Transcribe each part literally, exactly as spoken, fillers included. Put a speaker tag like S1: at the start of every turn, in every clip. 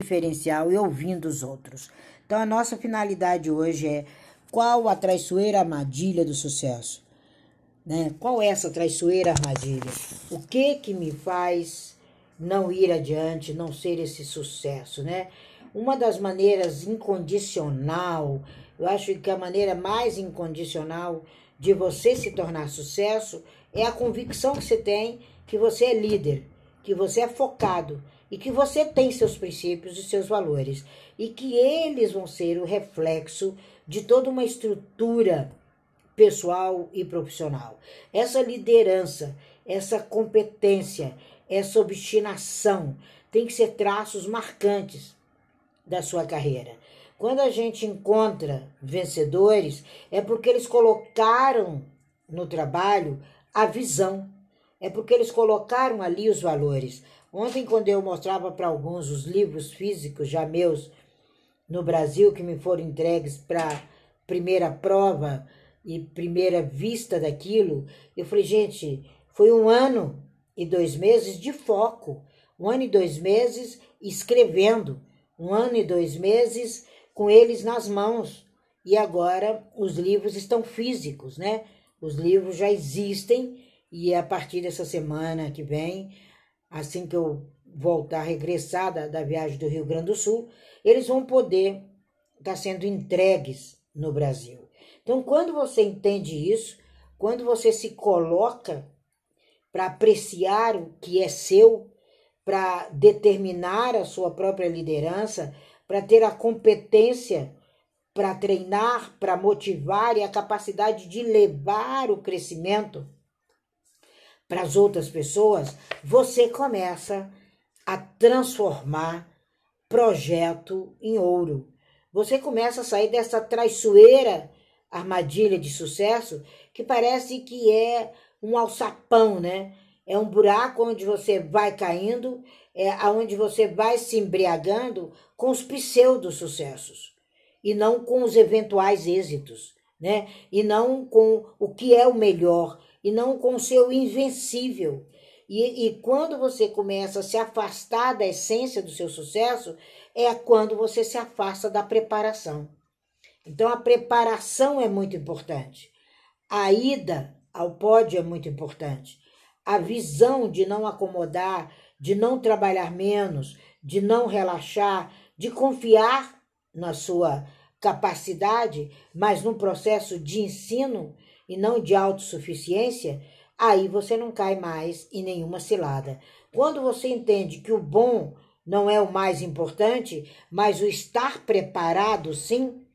S1: diferencial e ouvindo os outros. Então, a nossa finalidade hoje é: qual a traiçoeira armadilha do sucesso? Né? Qual é essa traiçoeira armadilha? O que que me faz não ir adiante, não ser esse sucesso, né? Uma das maneiras incondicional, eu acho que a maneira mais incondicional de você se tornar sucesso é a convicção que você tem que você é líder, que você é focado e que você tem seus princípios e seus valores e que eles vão ser o reflexo de toda uma estrutura pessoal e profissional. Essa liderança, essa competência, essa obstinação tem que ser traços marcantes da sua carreira. Quando a gente encontra vencedores, é porque eles colocaram no trabalho a visão, é porque eles colocaram ali os valores. Ontem, quando eu mostrava para alguns os livros físicos já meus no Brasil, que me foram entregues para primeira prova e primeira vista daquilo, eu falei, gente, foi um ano e dois meses de foco, um ano e dois meses escrevendo, um ano e dois meses com eles nas mãos. E agora os livros estão físicos, né? Os livros já existem e a partir dessa semana que vem, assim que eu voltar, regressar da, da viagem do Rio Grande do Sul, eles vão poder estar sendo entregues no Brasil. Então, quando você entende isso, quando você se coloca para apreciar o que é seu, para determinar a sua própria liderança, para ter a competência para treinar, para motivar e a capacidade de levar o crescimento para as outras pessoas, você começa a transformar projeto em ouro. Você começa a sair dessa traiçoeira armadilha de sucesso que parece que é um alçapão, né? É um buraco onde você vai caindo, é onde você vai se embriagando com os pseudo-sucessos e não com os eventuais êxitos, né? E não com o que é o melhor, e não com o seu invencível. E, e quando você começa a se afastar da essência do seu sucesso, é quando você se afasta da preparação. Então, a preparação é muito importante. A ida ao pódio é muito importante. A visão de não acomodar, de não trabalhar menos, de não relaxar, de confiar na sua capacidade, mas num processo de ensino e não de autossuficiência, aí você não cai mais em nenhuma cilada. Quando você entende que o bom não é o mais importante, mas o estar preparado, sim,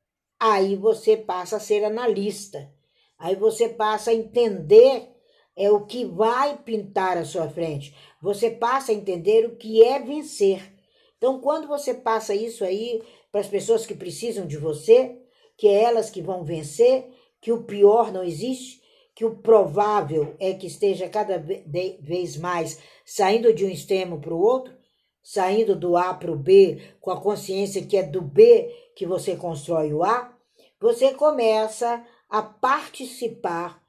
S1: aí você passa a ser analista. Aí você passa a entender é o que vai pintar à sua frente. Você passa a entender o que é vencer. Então, quando você passa isso aí para as pessoas que precisam de você, que é elas que vão vencer, que o pior não existe, que o provável é que esteja cada vez mais saindo de um extremo para o outro, saindo do A para o B, com a consciência que é do B que você constrói o A, você começa a participar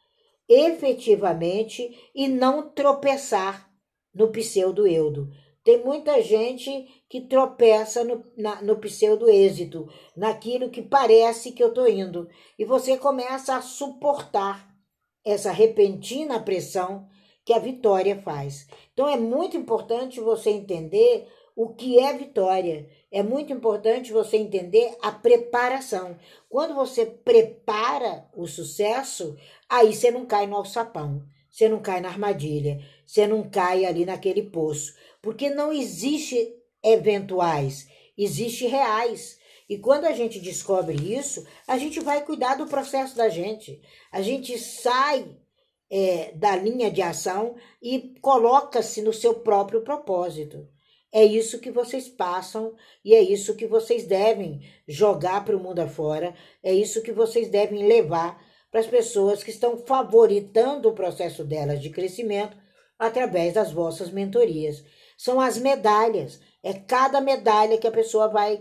S1: efetivamente e não tropeçar no pseudo-eudo. Tem muita gente que tropeça no, na, no pseudo-êxito, naquilo que parece que eu estou indo. E você começa a suportar essa repentina pressão que a vitória faz. Então, é muito importante você entender o que é vitória. É muito importante você entender a preparação. Quando você prepara o sucesso, aí você não cai no alçapão, você não cai na armadilha, você não cai ali naquele poço. Porque não existe eventuais, existe reais. E quando a gente descobre isso, a gente vai cuidar do processo da gente. A gente sai é, da linha de ação e coloca-se no seu próprio propósito. É isso que vocês passam e é isso que vocês devem jogar para o mundo afora, é isso que vocês devem levar para as pessoas que estão favoritando o processo delas de crescimento através das vossas mentorias. São as medalhas, é cada medalha que a pessoa vai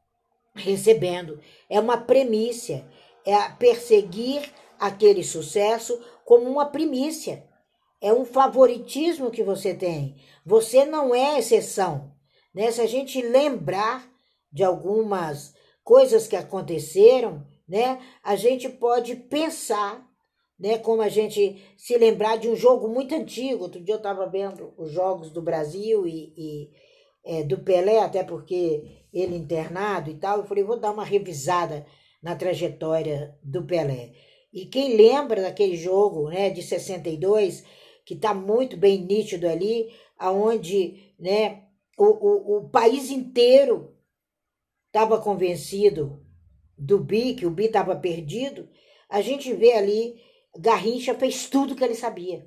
S1: recebendo. É uma premissa, é perseguir aquele sucesso como uma primícia. É um favoritismo que você tem. Você não é exceção. né? Se a gente lembrar de algumas coisas que aconteceram, né? A gente pode pensar, né? Como a gente se lembrar de um jogo muito antigo. Outro dia eu estava vendo os jogos do Brasil e, e é, do Pelé, até porque ele internado e tal. Eu falei, vou dar uma revisada na trajetória do Pelé. E quem lembra daquele jogo, né, de sessenta e dois, que está muito bem nítido ali, aonde, né, o, o, o país inteiro estava convencido do Bi, que o Bi estava perdido, a gente vê ali, Garrincha fez tudo que ele sabia.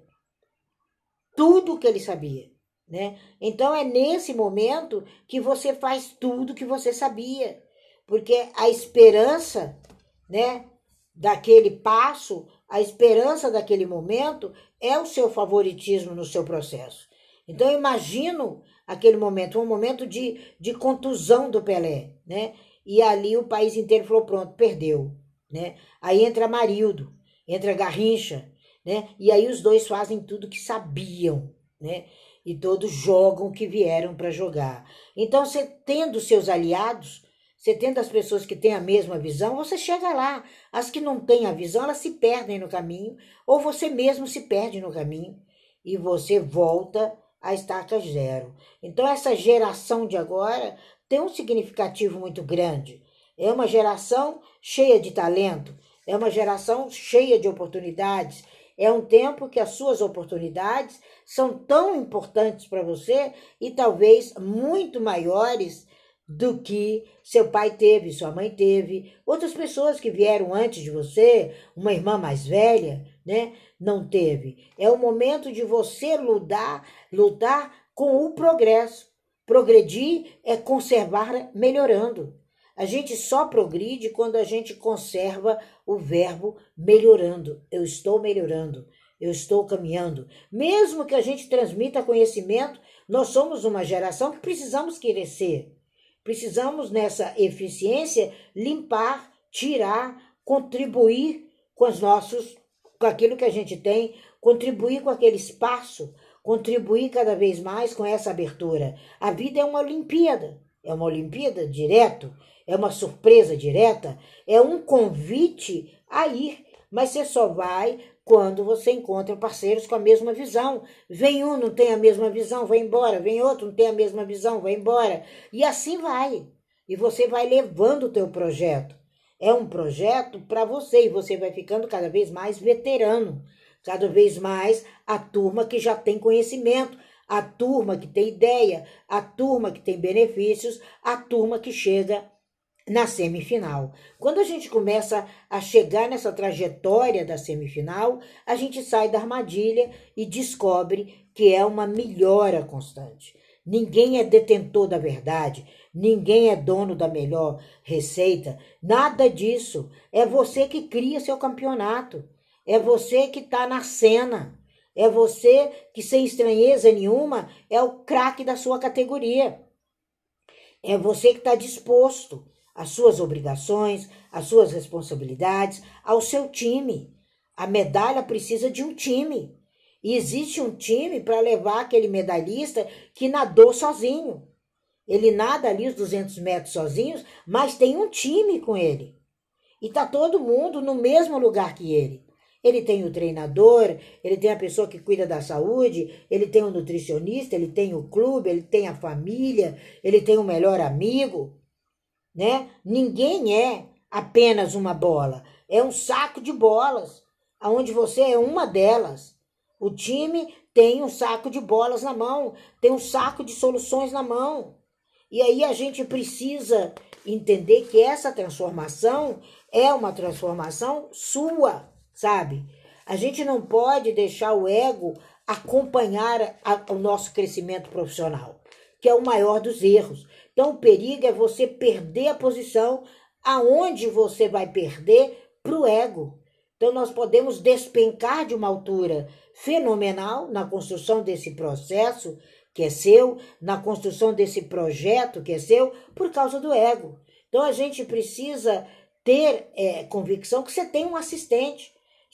S1: Tudo que ele sabia, né? Então é nesse momento que você faz tudo que você sabia, porque a esperança, né, daquele passo, a esperança daquele momento é o seu favoritismo no seu processo. Então eu imagino aquele momento, um momento de, de contusão do Pelé, né? E ali o país inteiro falou, pronto, perdeu, né? Aí entra Marildo, entra Garrincha, né? E aí os dois fazem tudo que sabiam, né? E todos jogam o que vieram para jogar. Então, você tendo seus aliados, você tendo as pessoas que têm a mesma visão, você chega lá. As que não têm a visão, elas se perdem no caminho, ou você mesmo se perde no caminho, e você volta à estaca zero. Então, essa geração de agora tem um significativo muito grande. É uma geração cheia de talento, é uma geração cheia de oportunidades. É um tempo que as suas oportunidades são tão importantes para você e talvez muito maiores do que seu pai teve, sua mãe teve, outras pessoas que vieram antes de você, uma irmã mais velha, né, não teve. É o momento de você lutar, lutar com o progresso. Progredir é conservar melhorando. A gente só progride quando a gente conserva o verbo melhorando. Eu estou melhorando, eu estou caminhando. Mesmo que a gente transmita conhecimento, nós somos uma geração que precisamos crescer. Precisamos, nessa eficiência, limpar, tirar, contribuir com os nossos, com aquilo que a gente tem, contribuir com aquele espaço, contribuir cada vez mais com essa abertura. A vida é uma Olimpíada, é uma Olimpíada direto, é uma surpresa direta, é um convite a ir, mas você só vai quando você encontra parceiros com a mesma visão. Vem um, não tem a mesma visão, vai embora. Vem outro, não tem a mesma visão, vai embora. E assim vai. E você vai levando o teu projeto. É um projeto para você e você vai ficando cada vez mais veterano. Cada vez mais a turma que já tem conhecimento, a turma que tem ideia, a turma que tem benefícios, a turma que chega na semifinal. Quando a gente começa a chegar nessa trajetória da semifinal, a gente sai da armadilha e descobre que é uma melhora constante. Ninguém é detentor da verdade, ninguém é dono da melhor receita, nada disso. É você que cria seu campeonato, é você que está na cena, é você que sem estranheza nenhuma é o craque da sua categoria. É você que está disposto às suas obrigações, às suas responsabilidades, ao seu time. A medalha precisa de um time. E existe um time para levar aquele medalhista que nadou sozinho. Ele nada ali os duzentos metros sozinhos, mas tem um time com ele. E está todo mundo no mesmo lugar que ele. Ele tem o treinador, ele tem a pessoa que cuida da saúde, ele tem o nutricionista, ele tem o clube, ele tem a família, ele tem o melhor amigo. Né? Ninguém é apenas uma bola, é um saco de bolas, onde você é uma delas. O time tem um saco de bolas na mão, tem um saco de soluções na mão. E aí a gente precisa entender que essa transformação é uma transformação sua, sabe? A gente não pode deixar o ego acompanhar a, o nosso crescimento profissional, que é o maior dos erros. Então, o perigo é você perder a posição aonde você vai perder para o ego. Então, nós podemos despencar de uma altura fenomenal na construção desse processo que é seu, na construção desse projeto que é seu, por causa do ego. Então, a gente precisa ter é, convicção que você tem um assistente.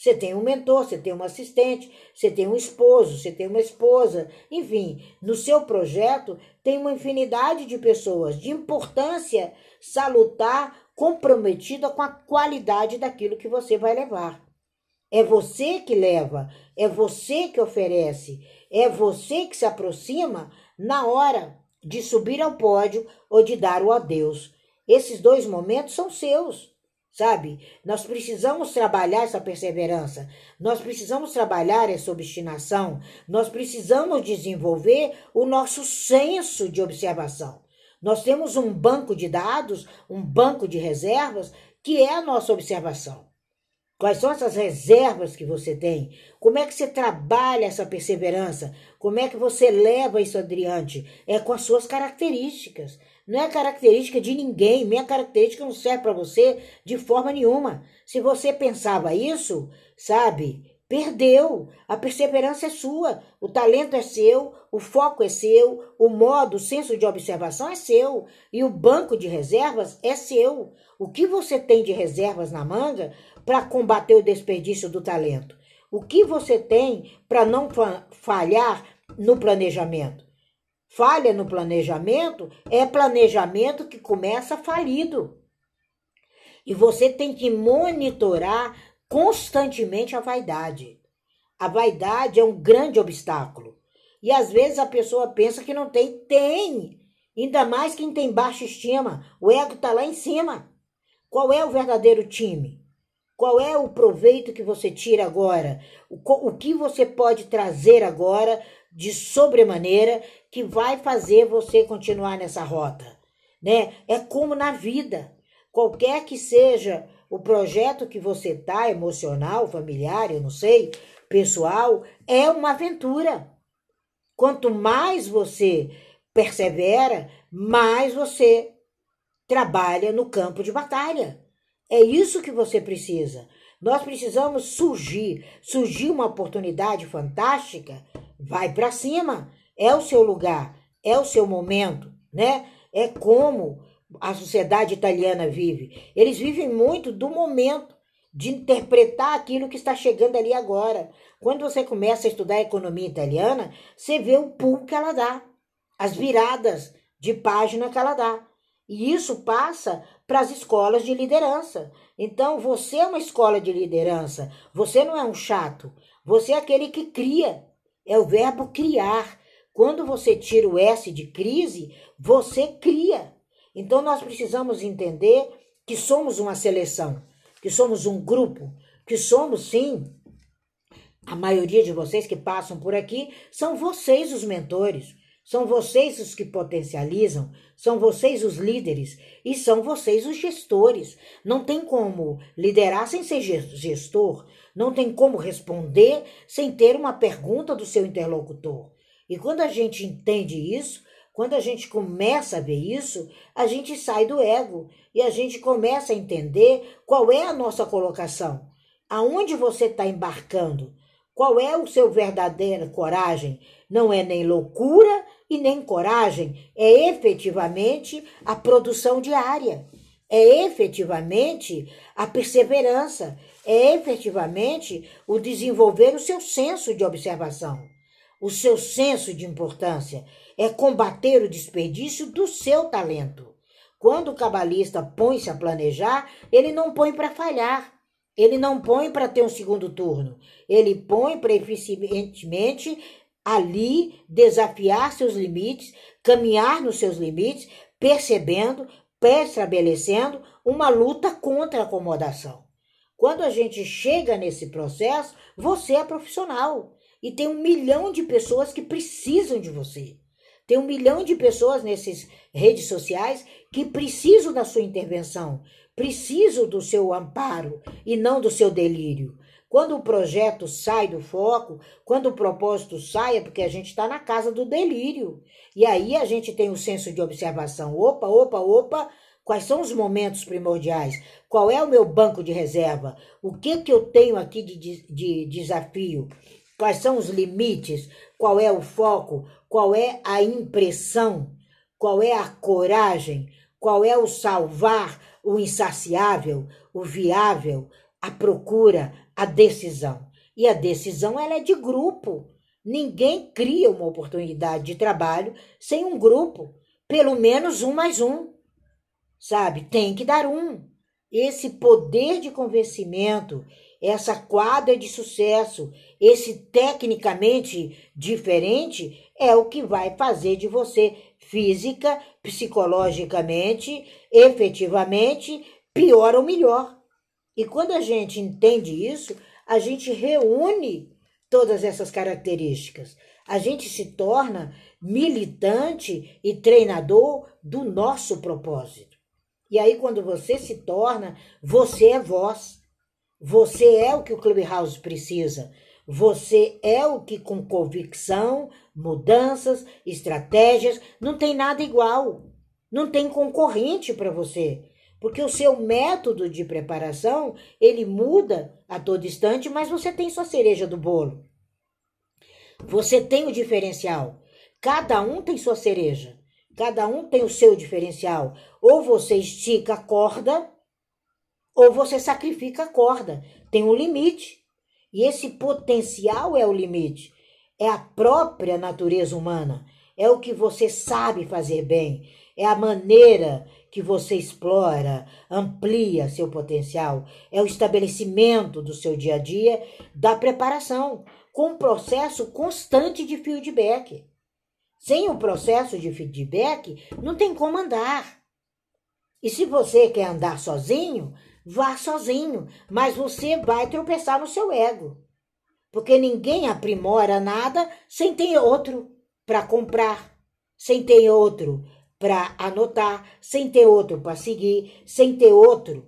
S1: Você tem um mentor, você tem um assistente, você tem um esposo, você tem uma esposa. Enfim, no seu projeto tem uma infinidade de pessoas de importância salutar, comprometida com a qualidade daquilo que você vai levar. É você que leva, é você que oferece, é você que se aproxima na hora de subir ao pódio ou de dar o adeus. Esses dois momentos são seus. Sabe? Nós precisamos trabalhar essa perseverança, nós precisamos trabalhar essa obstinação, nós precisamos desenvolver o nosso senso de observação. Nós temos um banco de dados, um banco de reservas, que é a nossa observação. Quais são essas reservas que você tem? Como é que você trabalha essa perseverança? Como é que você leva isso adiante? É com as suas características. Não é característica de ninguém. Minha característica não serve para você de forma nenhuma. Se você pensava isso, sabe, perdeu. A perseverança é sua. O talento é seu. O foco é seu. O modo, o senso de observação é seu. E o banco de reservas é seu. O que você tem de reservas na manga para combater o desperdício do talento? O que você tem para não falhar no planejamento? Falha no planejamento é planejamento que começa falido. E você tem que monitorar constantemente a vaidade. A vaidade é um grande obstáculo. E às vezes a pessoa pensa que não tem. Tem! Ainda mais quem tem baixa estima. O ego está lá em cima. Qual é o verdadeiro time? Qual é o proveito que você tira agora? O, o que você pode trazer agora de sobremaneira que vai fazer você continuar nessa rota, né? É como na vida. Qualquer que seja o projeto que você tá, emocional, familiar, eu não sei, pessoal, é uma aventura. Quanto mais você persevera, mais você trabalha no campo de batalha. É isso que você precisa. Nós precisamos surgir, surgir uma oportunidade fantástica, vai para cima, é o seu lugar, é o seu momento, né? É como a sociedade italiana vive. Eles vivem muito do momento, de interpretar aquilo que está chegando ali agora. Quando você começa a estudar a economia italiana, você vê o pulo que ela dá, as viradas de página que ela dá. E isso passa para as escolas de liderança. Então, você é uma escola de liderança. Você não é um chato. Você é aquele que cria. É o verbo criar. Quando você tira o S de crise, você cria. Então, nós precisamos entender que somos uma seleção, que somos um grupo, que somos, sim, a maioria de vocês que passam por aqui, são vocês os mentores. São vocês os que potencializam, são vocês os líderes e são vocês os gestores. Não tem como liderar sem ser gestor, não tem como responder sem ter uma pergunta do seu interlocutor. E quando a gente entende isso, quando a gente começa a ver isso, a gente sai do ego e a gente começa a entender qual é a nossa colocação, aonde você está embarcando, qual é o seu verdadeira coragem. Não é nem loucura e nem coragem, é efetivamente a produção diária, é efetivamente a perseverança, é efetivamente o desenvolver o seu senso de observação, o seu senso de importância, é combater o desperdício do seu talento. Quando o cabalista põe-se a planejar, ele não põe para falhar, ele não põe para ter um segundo turno, ele põe para eficientemente ali desafiar seus limites, caminhar nos seus limites, percebendo, estabelecendo uma luta contra a acomodação. Quando a gente chega nesse processo, você é profissional e tem um milhão de pessoas que precisam de você. Tem um milhão de pessoas nessas redes sociais que precisam da sua intervenção, precisam do seu amparo e não do seu delírio. Quando o projeto sai do foco, quando o propósito sai, é porque a gente está na casa do delírio. E aí a gente tem o senso de observação. Opa, opa, opa, quais são os momentos primordiais? Qual é o meu banco de reserva? O que, que eu tenho aqui de, de, de desafio? Quais são os limites? Qual é o foco? Qual é a impressão? Qual é a coragem? Qual é o salvar, o insaciável, o viável, a procura, a decisão. E a decisão ela é de grupo. Ninguém cria uma oportunidade de trabalho sem um grupo. Pelo menos um mais um, sabe? Tem que dar um. Esse poder de convencimento, essa quadra de sucesso, esse tecnicamente diferente é o que vai fazer de você física, psicologicamente, efetivamente, pior ou melhor. E quando a gente entende isso, a gente reúne todas essas características. A gente se torna militante e treinador do nosso propósito. E aí, quando você se torna, você é voz. Você é o que o Clubhouse precisa. Você é o que, com convicção, mudanças, estratégias, não tem nada igual. Não tem concorrente para você. Porque o seu método de preparação, ele muda a todo instante, mas você tem sua cereja do bolo. Você tem o diferencial. Cada um tem sua cereja. Cada um tem o seu diferencial. Ou você estica a corda, ou você sacrifica a corda. Tem um limite. E esse potencial é o limite. É a própria natureza humana. É o que você sabe fazer bem. É a maneira que você explora, amplia seu potencial. É o estabelecimento do seu dia a dia, da preparação, com um processo constante de feedback. Sem o processo de feedback, não tem como andar. E se você quer andar sozinho, vá sozinho, mas você vai tropeçar no seu ego. Porque ninguém aprimora nada sem ter outro para comprar, sem ter outro para anotar, sem ter outro para seguir, sem ter outro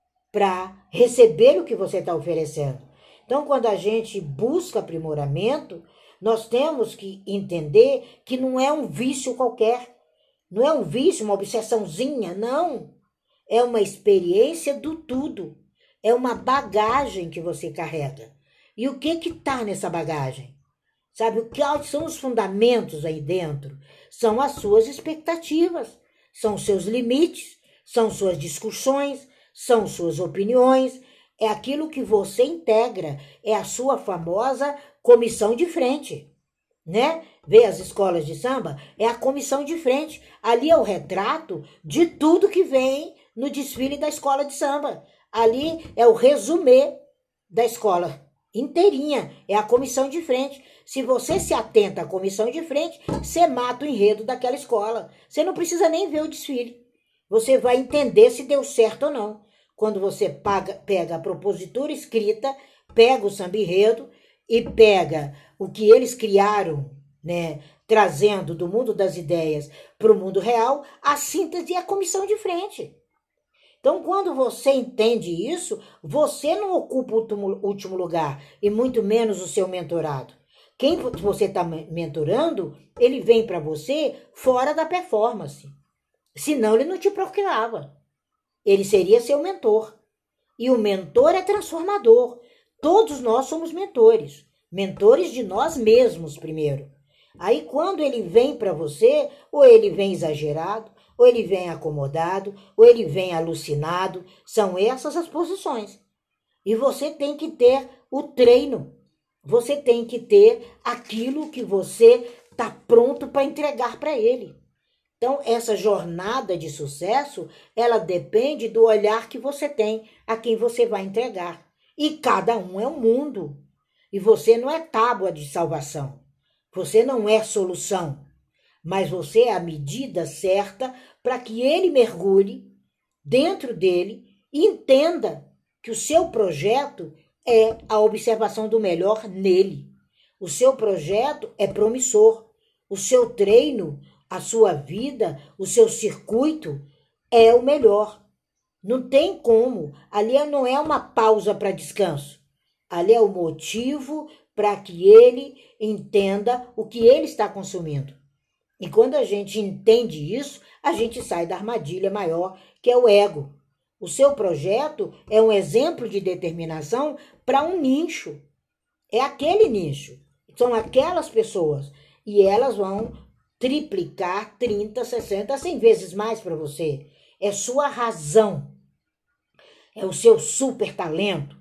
S1: para receber o que você está oferecendo. Então, quando a gente busca aprimoramento, nós temos que entender que não é um vício qualquer, não é um vício, uma obsessãozinha, não. É uma experiência do tudo, é uma bagagem que você carrega. E o que que está nessa bagagem? Sabe, quais são os fundamentos aí dentro? São as suas expectativas, são os seus limites, são suas discussões, são suas opiniões, é aquilo que você integra, é a sua famosa comissão de frente, né? Vê as escolas de samba, é a comissão de frente. Ali é o retrato de tudo que vem no desfile da escola de samba. Ali é o resumê da escola inteirinha, é a comissão de frente. Se você se atenta à comissão de frente, você mata o enredo daquela escola. Você não precisa nem ver o desfile. Você vai entender se deu certo ou não. Quando você paga, pega a propositura escrita, pega o samba enredo e pega o que eles criaram, né, trazendo do mundo das ideias para o mundo real, a síntese é a comissão de frente. Então, quando você entende isso, você não ocupa o último, último lugar, e muito menos o seu mentorado. Quem você está mentorando, ele vem para você fora da performance. Senão, ele não te procurava. Ele seria seu mentor. E o mentor é transformador. Todos nós somos mentores. Mentores de nós mesmos primeiro. Aí, quando ele vem para você, ou ele vem exagerado, ou ele vem acomodado, ou ele vem alucinado. São essas as posições. E você tem que ter o treino. Você tem que ter aquilo que você está pronto para entregar para ele. Então, essa jornada de sucesso, ela depende do olhar que você tem a quem você vai entregar. E cada um é um mundo. E você não é tábua de salvação. Você não é solução. Mas você é a medida certa para que ele mergulhe dentro dele e entenda que o seu projeto é a observação do melhor nele. O seu projeto é promissor. O seu treino, a sua vida, o seu circuito é o melhor. Não tem como. Ali não é uma pausa para descanso. Ali é o motivo para que ele entenda o que ele está consumindo. E quando a gente entende isso, a gente sai da armadilha maior, que é o ego. O seu projeto é um exemplo de determinação para um nicho. É aquele nicho. São aquelas pessoas. E elas vão triplicar trinta, sessenta, cem vezes mais para você. É sua razão. É o seu super talento.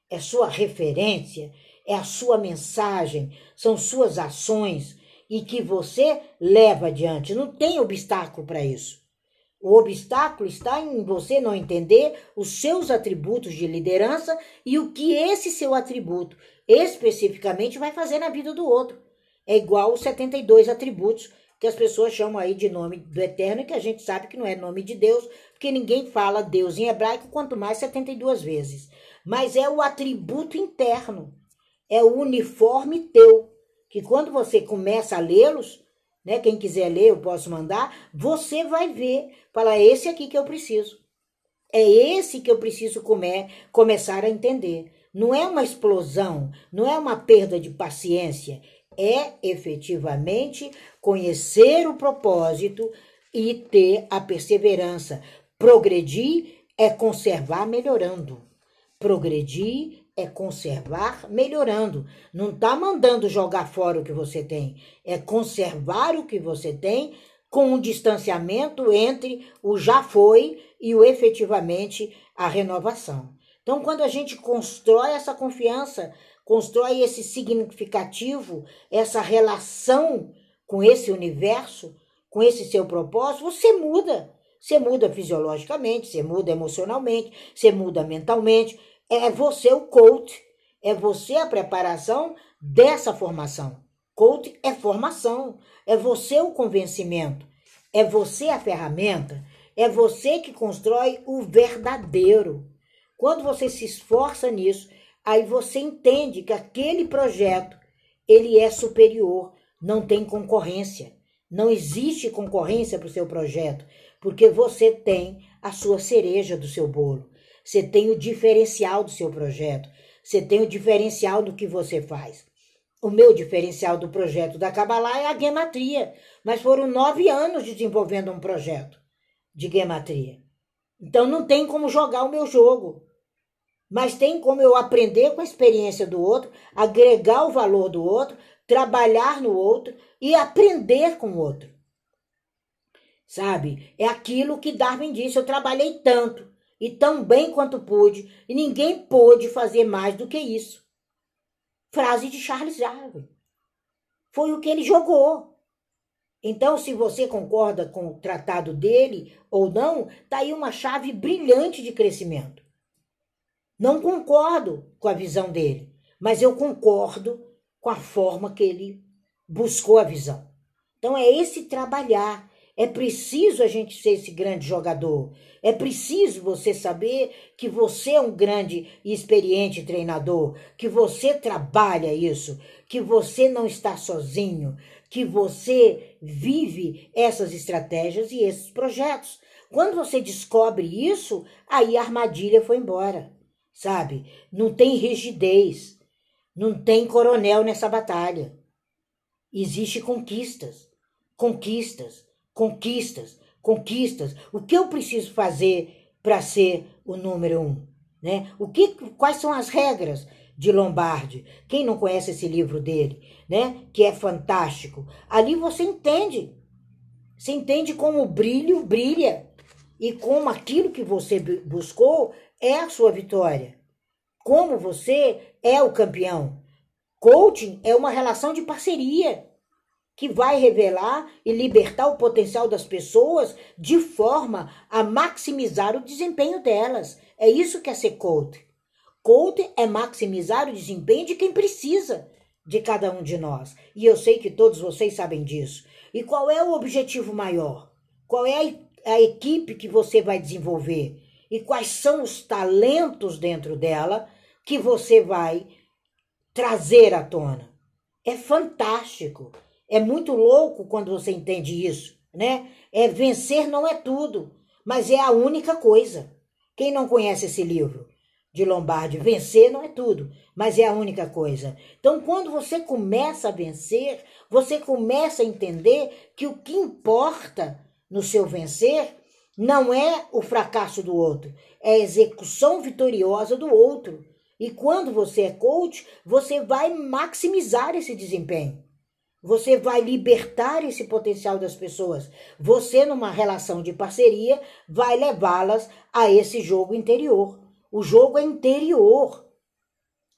S1: é sua referência, é a sua mensagem, são suas ações e que você leva adiante. Não tem obstáculo para isso. O obstáculo está em você não entender os seus atributos de liderança e o que esse seu atributo especificamente vai fazer na vida do outro. É igual os setenta e dois atributos que as pessoas chamam aí de nome do Eterno e que a gente sabe que não é nome de Deus, porque ninguém fala Deus em hebraico, quanto mais setenta e duas vezes. Mas é o atributo interno, é o uniforme teu, que quando você começa a lê-los, né, quem quiser ler, eu posso mandar, você vai ver, fala, é esse aqui que eu preciso. É esse que eu preciso comer, começar a entender. Não é uma explosão, não é uma perda de paciência, é efetivamente conhecer o propósito e ter a perseverança. Progredir é conservar melhorando. Progredir é conservar melhorando. Não está mandando jogar fora o que você tem. É conservar o que você tem com um distanciamento entre o já foi e o efetivamente a renovação. Então, quando a gente constrói essa confiança, constrói esse significativo, essa relação com esse universo, com esse seu propósito, você muda. Você muda fisiologicamente, você muda emocionalmente, você muda mentalmente. É você o coach, é você a preparação dessa formação. Coach é formação, é você o convencimento, é você a ferramenta, é você que constrói o verdadeiro. Quando você se esforça nisso, aí você entende que aquele projeto, ele é superior, não tem concorrência. Não existe concorrência para o seu projeto, porque você tem a sua cereja do seu bolo. Você tem o diferencial do seu projeto. Você tem o diferencial do que você faz. O meu diferencial do projeto da Kabbalah é a gematria. Mas foram nove anos desenvolvendo um projeto de gematria. Então não tem como jogar o meu jogo. Mas tem como eu aprender com a experiência do outro, agregar o valor do outro, trabalhar no outro e aprender com o outro. Sabe? É aquilo que Darwin disse, eu trabalhei tanto e tão bem quanto pude, e ninguém pôde fazer mais do que isso. Frase de Charles Darwin. Foi o que ele jogou. Então, se você concorda com o tratado dele ou não, tá aí uma chave brilhante de crescimento. Não concordo com a visão dele, mas eu concordo com a forma que ele buscou a visão. Então, é esse trabalhar. É preciso a gente ser esse grande jogador. É preciso você saber que você é um grande e experiente treinador, que você trabalha isso, que você não está sozinho, que você vive essas estratégias e esses projetos. Quando você descobre isso, aí a armadilha foi embora, sabe? Não tem rigidez, não tem coronel nessa batalha. Existe conquistas, conquistas, conquistas, conquistas. O que eu preciso fazer para ser o número um? Né? O que, quais são as regras de Lombardi? Quem não conhece esse livro dele, né? Que é fantástico. Ali você entende. Você entende como o brilho brilha e como aquilo que você buscou é a sua vitória. Como você é o campeão. Coaching é uma relação de parceria que vai revelar e libertar o potencial das pessoas de forma a maximizar o desempenho delas. É isso que é ser coach. Coach é maximizar o desempenho de quem precisa de cada um de nós. E eu sei que todos vocês sabem disso. E qual é o objetivo maior? Qual é a equipe que você vai desenvolver? E quais são os talentos dentro dela que você vai trazer à tona? É fantástico. É muito louco quando você entende isso, né? É vencer não é tudo, mas é a única coisa. Quem não conhece esse livro de Lombardi, vencer não é tudo, mas é a única coisa. Então, quando você começa a vencer, você começa a entender que o que importa no seu vencer não é o fracasso do outro, é a execução vitoriosa do outro. E quando você é coach, você vai maximizar esse desempenho. Você vai libertar esse potencial das pessoas. Você, numa relação de parceria, vai levá-las a esse jogo interior. O jogo é interior.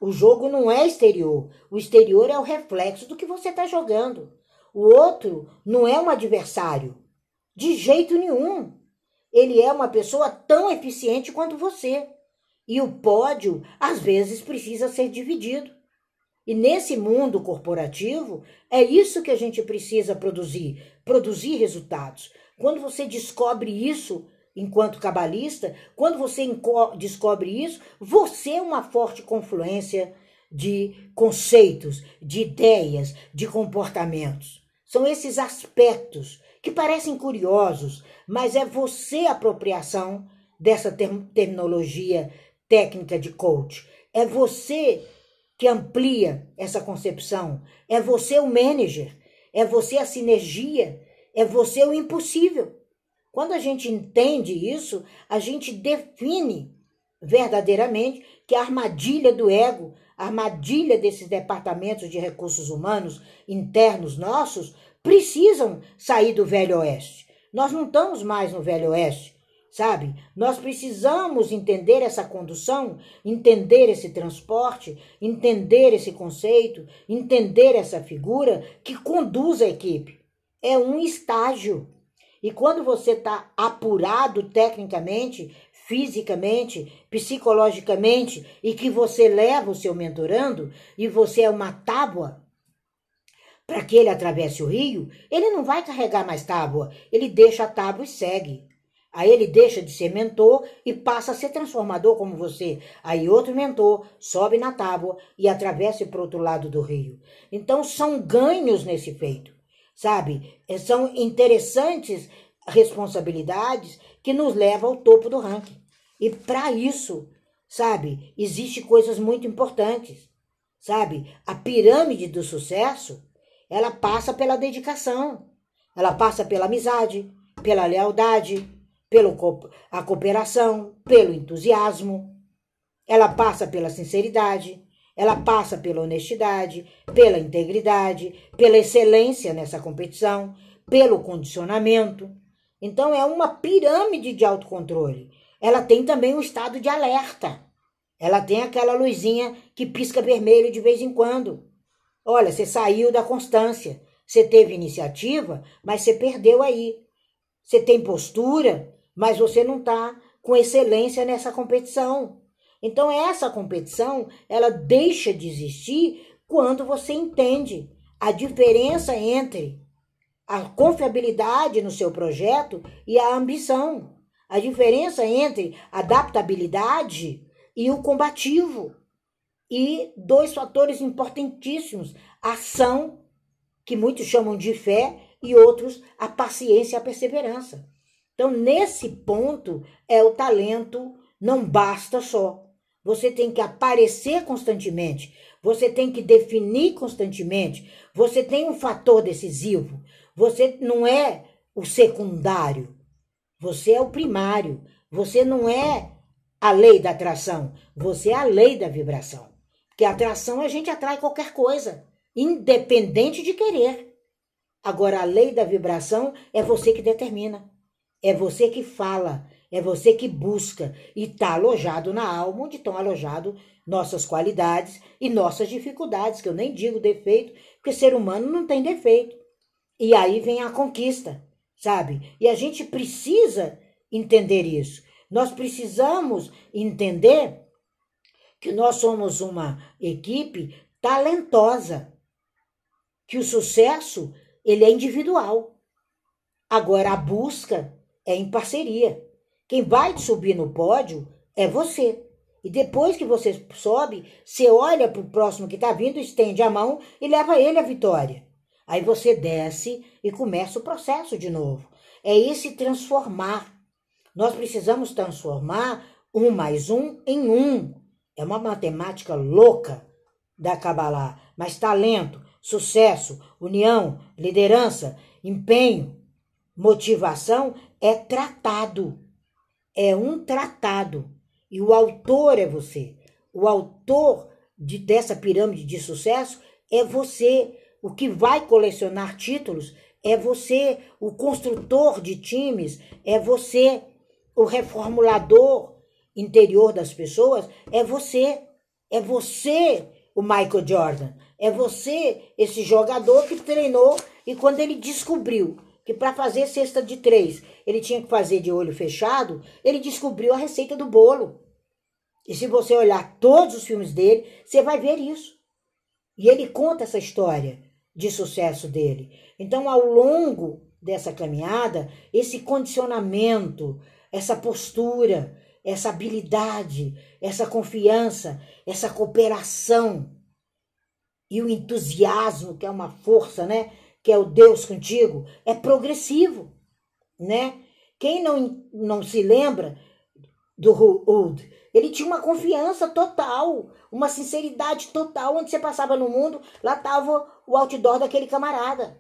S1: O jogo não é exterior. O exterior é o reflexo do que você está jogando. O outro não é um adversário. De jeito nenhum. Ele é uma pessoa tão eficiente quanto você. E o pódio, às vezes, precisa ser dividido. E nesse mundo corporativo, é isso que a gente precisa produzir. Produzir resultados. Quando você descobre isso enquanto cabalista, quando você descobre isso, você é uma forte confluência de conceitos, de ideias, de comportamentos. São esses aspectos que parecem curiosos, mas é você a apropriação dessa term- terminologia técnica de coach. É você que amplia essa concepção. É você o manager. É você a sinergia. É você o impossível. Quando a gente entende isso, a gente define verdadeiramente que a armadilha do ego, a armadilha desses departamentos de recursos humanos internos nossos, precisam sair do Velho Oeste. Nós não estamos mais no Velho Oeste, sabe? Nós precisamos entender essa condução, entender esse transporte, entender esse conceito, entender essa figura que conduz a equipe. É um estágio. E quando você está apurado tecnicamente, fisicamente, psicologicamente, e que você leva o seu mentorando, e você é uma tábua para que ele atravesse o rio, ele não vai carregar mais tábua, ele deixa a tábua e segue. Aí ele deixa de ser mentor e passa a ser transformador como você. Aí outro mentor sobe na tábua e atravessa para o outro lado do rio. Então são ganhos nesse feito. Sabe? São interessantes responsabilidades que nos levam ao topo do ranking. E para isso, sabe, existem coisas muito importantes. Sabe? A pirâmide do sucesso, ela passa pela dedicação, ela passa pela amizade, pela lealdade, pela a cooperação, pelo entusiasmo, ela passa pela sinceridade, ela passa pela honestidade, pela integridade, pela excelência nessa competição, pelo condicionamento. Então é uma pirâmide de autocontrole. Ela tem também um estado de alerta. Ela tem aquela luzinha que pisca vermelho de vez em quando. Olha, você saiu da constância, você teve iniciativa, mas você perdeu aí. Você tem postura, mas você não está com excelência nessa competição. Então essa competição, ela deixa de existir quando você entende a diferença entre a confiabilidade no seu projeto e a ambição. A diferença entre adaptabilidade e o combativo. E dois fatores importantíssimos, a ação, que muitos chamam de fé, e outros a paciência e a perseverança. Então, nesse ponto, é o talento, não basta só. Você tem que aparecer constantemente, você tem que definir constantemente, você tem um fator decisivo, você não é o secundário, você é o primário, você não é a lei da atração, você é a lei da vibração. Porque a atração a gente atrai qualquer coisa, independente de querer. Agora, a lei da vibração é você que determina, é você que fala, é você que busca e está alojado na alma, onde estão alojadas nossas qualidades e nossas dificuldades, que eu nem digo defeito, porque ser humano não tem defeito. E aí vem a conquista, sabe? E a gente precisa entender isso. Nós precisamos entender que nós somos uma equipe talentosa, que o sucesso ele é individual. Agora, a busca é em parceria. Quem vai subir no pódio é você. E depois que você sobe, você olha para o próximo que está vindo, estende a mão e leva ele à vitória. Aí você desce e começa o processo de novo. É esse transformar. Nós precisamos transformar um mais um em um. É uma matemática louca da Kabbalah. Mas talento, sucesso, união, liderança, empenho, motivação é tratado. É um tratado. E o autor é você. O autor de, dessa pirâmide de sucesso é você. O que vai colecionar títulos é você. O construtor de times é você. O reformulador interior das pessoas é você. É você, o Michael Jordan. É você, esse jogador que treinou e quando ele descobriu que para fazer cesta de três ele tinha que fazer de olho fechado, ele descobriu a receita do bolo. E se você olhar todos os filmes dele, você vai ver isso. E ele conta essa história de sucesso dele. Então, ao longo dessa caminhada, esse condicionamento, essa postura, essa habilidade, essa confiança, essa cooperação e o entusiasmo, que é uma força, né? Que é o Deus contigo, é progressivo, né? Quem não, não se lembra do Wood, ele tinha uma confiança total, uma sinceridade total, onde você passava no mundo, lá estava o outdoor daquele camarada.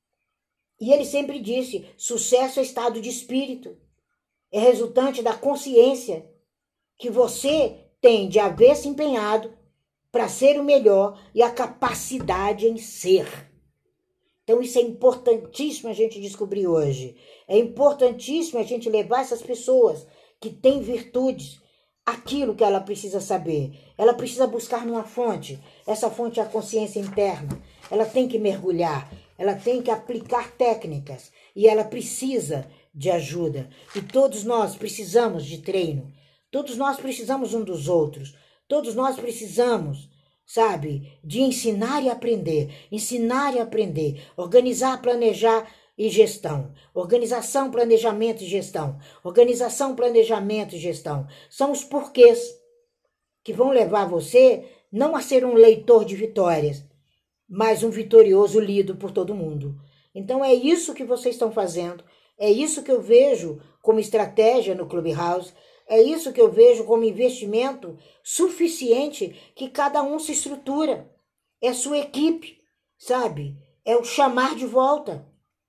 S1: E ele sempre disse, sucesso é estado de espírito, é resultante da consciência que você tem de haver se empenhado para ser o melhor e a capacidade em ser. Então isso é importantíssimo a gente descobrir hoje. É importantíssimo a gente levar essas pessoas que têm virtudes, aquilo que ela precisa saber. Ela precisa buscar numa fonte. Essa fonte é a consciência interna. Ela tem que mergulhar. Ela tem que aplicar técnicas. E ela precisa de ajuda. E todos nós precisamos de treino. Todos nós precisamos um dos outros. Todos nós precisamos, sabe, de ensinar e aprender. Ensinar e aprender. Organizar, planejar e gestão. Organização, planejamento e gestão. Organização, planejamento e gestão. São os porquês que vão levar você não a ser um leitor de vitórias, mas um vitorioso lido por todo mundo. Então é isso que vocês estão fazendo. É isso que eu vejo como estratégia no Clubhouse. É isso que eu vejo como investimento suficiente que cada um se estrutura. É a sua equipe, sabe? É o chamar de volta.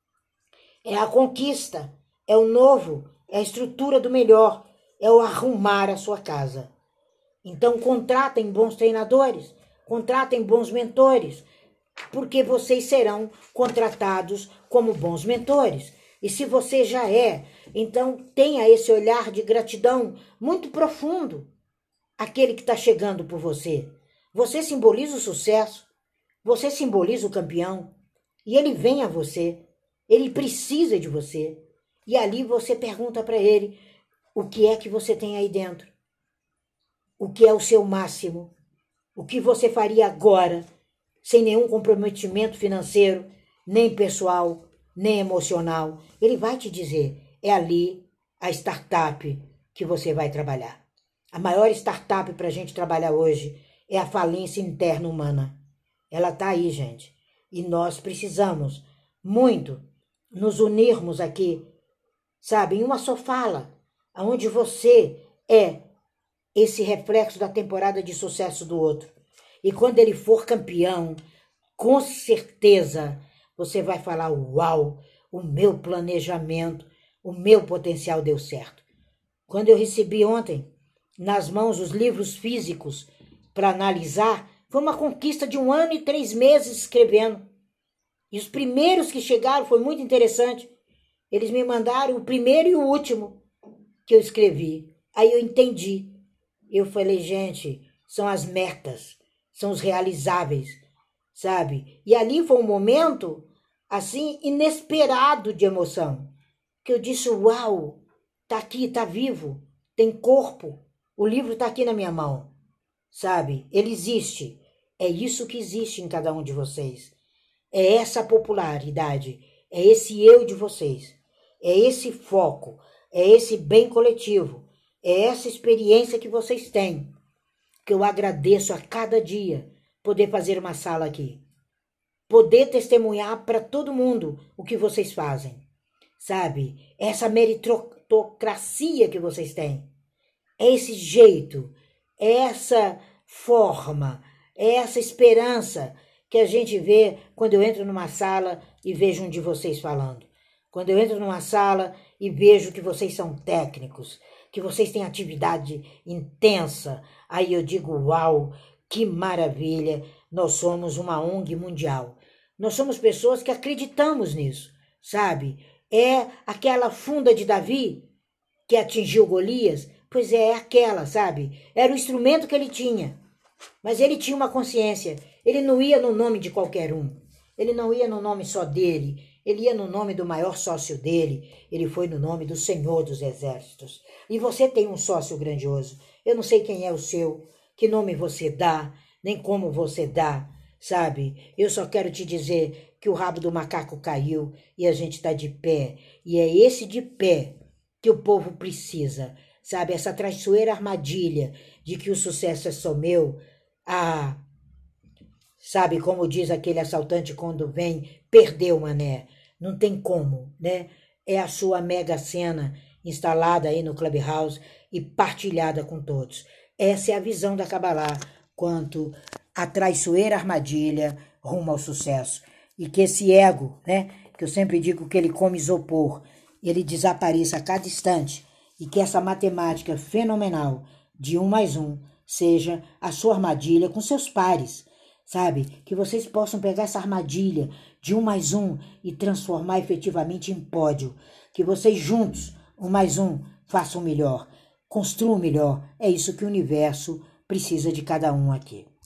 S1: É a conquista, é o novo, é a estrutura do melhor, é o arrumar a sua casa. Então contratem bons treinadores, contratem bons mentores, porque vocês serão contratados como bons mentores. E se você já é, então tenha esse olhar de gratidão muito profundo, aquele que está chegando por você. Você simboliza o sucesso, você simboliza o campeão, e ele vem a você. Ele precisa de você. E ali você pergunta para ele o que é que você tem aí dentro. O que é o seu máximo. O que você faria agora, sem nenhum comprometimento financeiro, nem pessoal, nem emocional. Ele vai te dizer, é ali a startup que você vai trabalhar. A maior startup para a gente trabalhar hoje é a falência interna humana. Ela está aí, gente. E nós precisamos muito nos unirmos aqui, sabe, em uma só fala, onde você é esse reflexo da temporada de sucesso do outro. E quando ele for campeão, com certeza você vai falar, uau, o meu planejamento, o meu potencial deu certo. Quando eu recebi ontem nas mãos os livros físicos para analisar, foi uma conquista de um ano e três meses escrevendo. E os primeiros que chegaram foi muito interessante. Eles me mandaram o primeiro e o último que eu escrevi. Aí eu entendi. Eu falei, gente, são as metas, são os realizáveis, sabe? E ali foi um momento, assim, inesperado de emoção. Que eu disse, uau, tá aqui, tá vivo, tem corpo. O livro tá aqui na minha mão, sabe? Ele existe. É isso que existe em cada um de vocês. É essa popularidade, é esse eu de vocês, é esse foco, é esse bem coletivo, é essa experiência que vocês têm, que eu agradeço a cada dia poder fazer uma sala aqui, poder testemunhar para todo mundo o que vocês fazem, sabe? Essa meritocracia que vocês têm, é esse jeito, é essa forma, é essa esperança que a gente vê quando eu entro numa sala e vejo um de vocês falando. Quando eu entro numa sala e vejo que vocês são técnicos, que vocês têm atividade intensa, aí eu digo, uau, que maravilha, nós somos uma O N G mundial. Nós somos pessoas que acreditamos nisso, sabe? É aquela funda de Davi que atingiu Golias, pois é, é aquela, sabe? Era o instrumento que ele tinha. Mas ele tinha uma consciência. Ele não ia no nome de qualquer um. Ele não ia no nome só dele. Ele ia no nome do maior sócio dele. Ele foi no nome do Senhor dos Exércitos. E você tem um sócio grandioso. Eu não sei quem é o seu, que nome você dá, nem como você dá, sabe? Eu só quero te dizer que o rabo do macaco caiu e a gente está de pé. E é esse de pé que o povo precisa, sabe? Essa traiçoeira armadilha de que o sucesso é só meu. Ah, sabe como diz aquele assaltante quando vem, perdeu, mané. Não tem como, né? É a sua mega cena instalada aí no Clubhouse e partilhada com todos. Essa é a visão da Kabbalah quanto à traiçoeira armadilha rumo ao sucesso. E que esse ego, né? Que eu sempre digo que ele come isopor, ele desapareça a cada instante e que essa matemática fenomenal de um mais um seja a sua armadilha com seus pares, sabe? Que vocês possam pegar essa armadilha de um mais um e transformar efetivamente em pódio. Que vocês juntos, um mais um, façam melhor, construam melhor. É isso que o universo precisa de cada um aqui.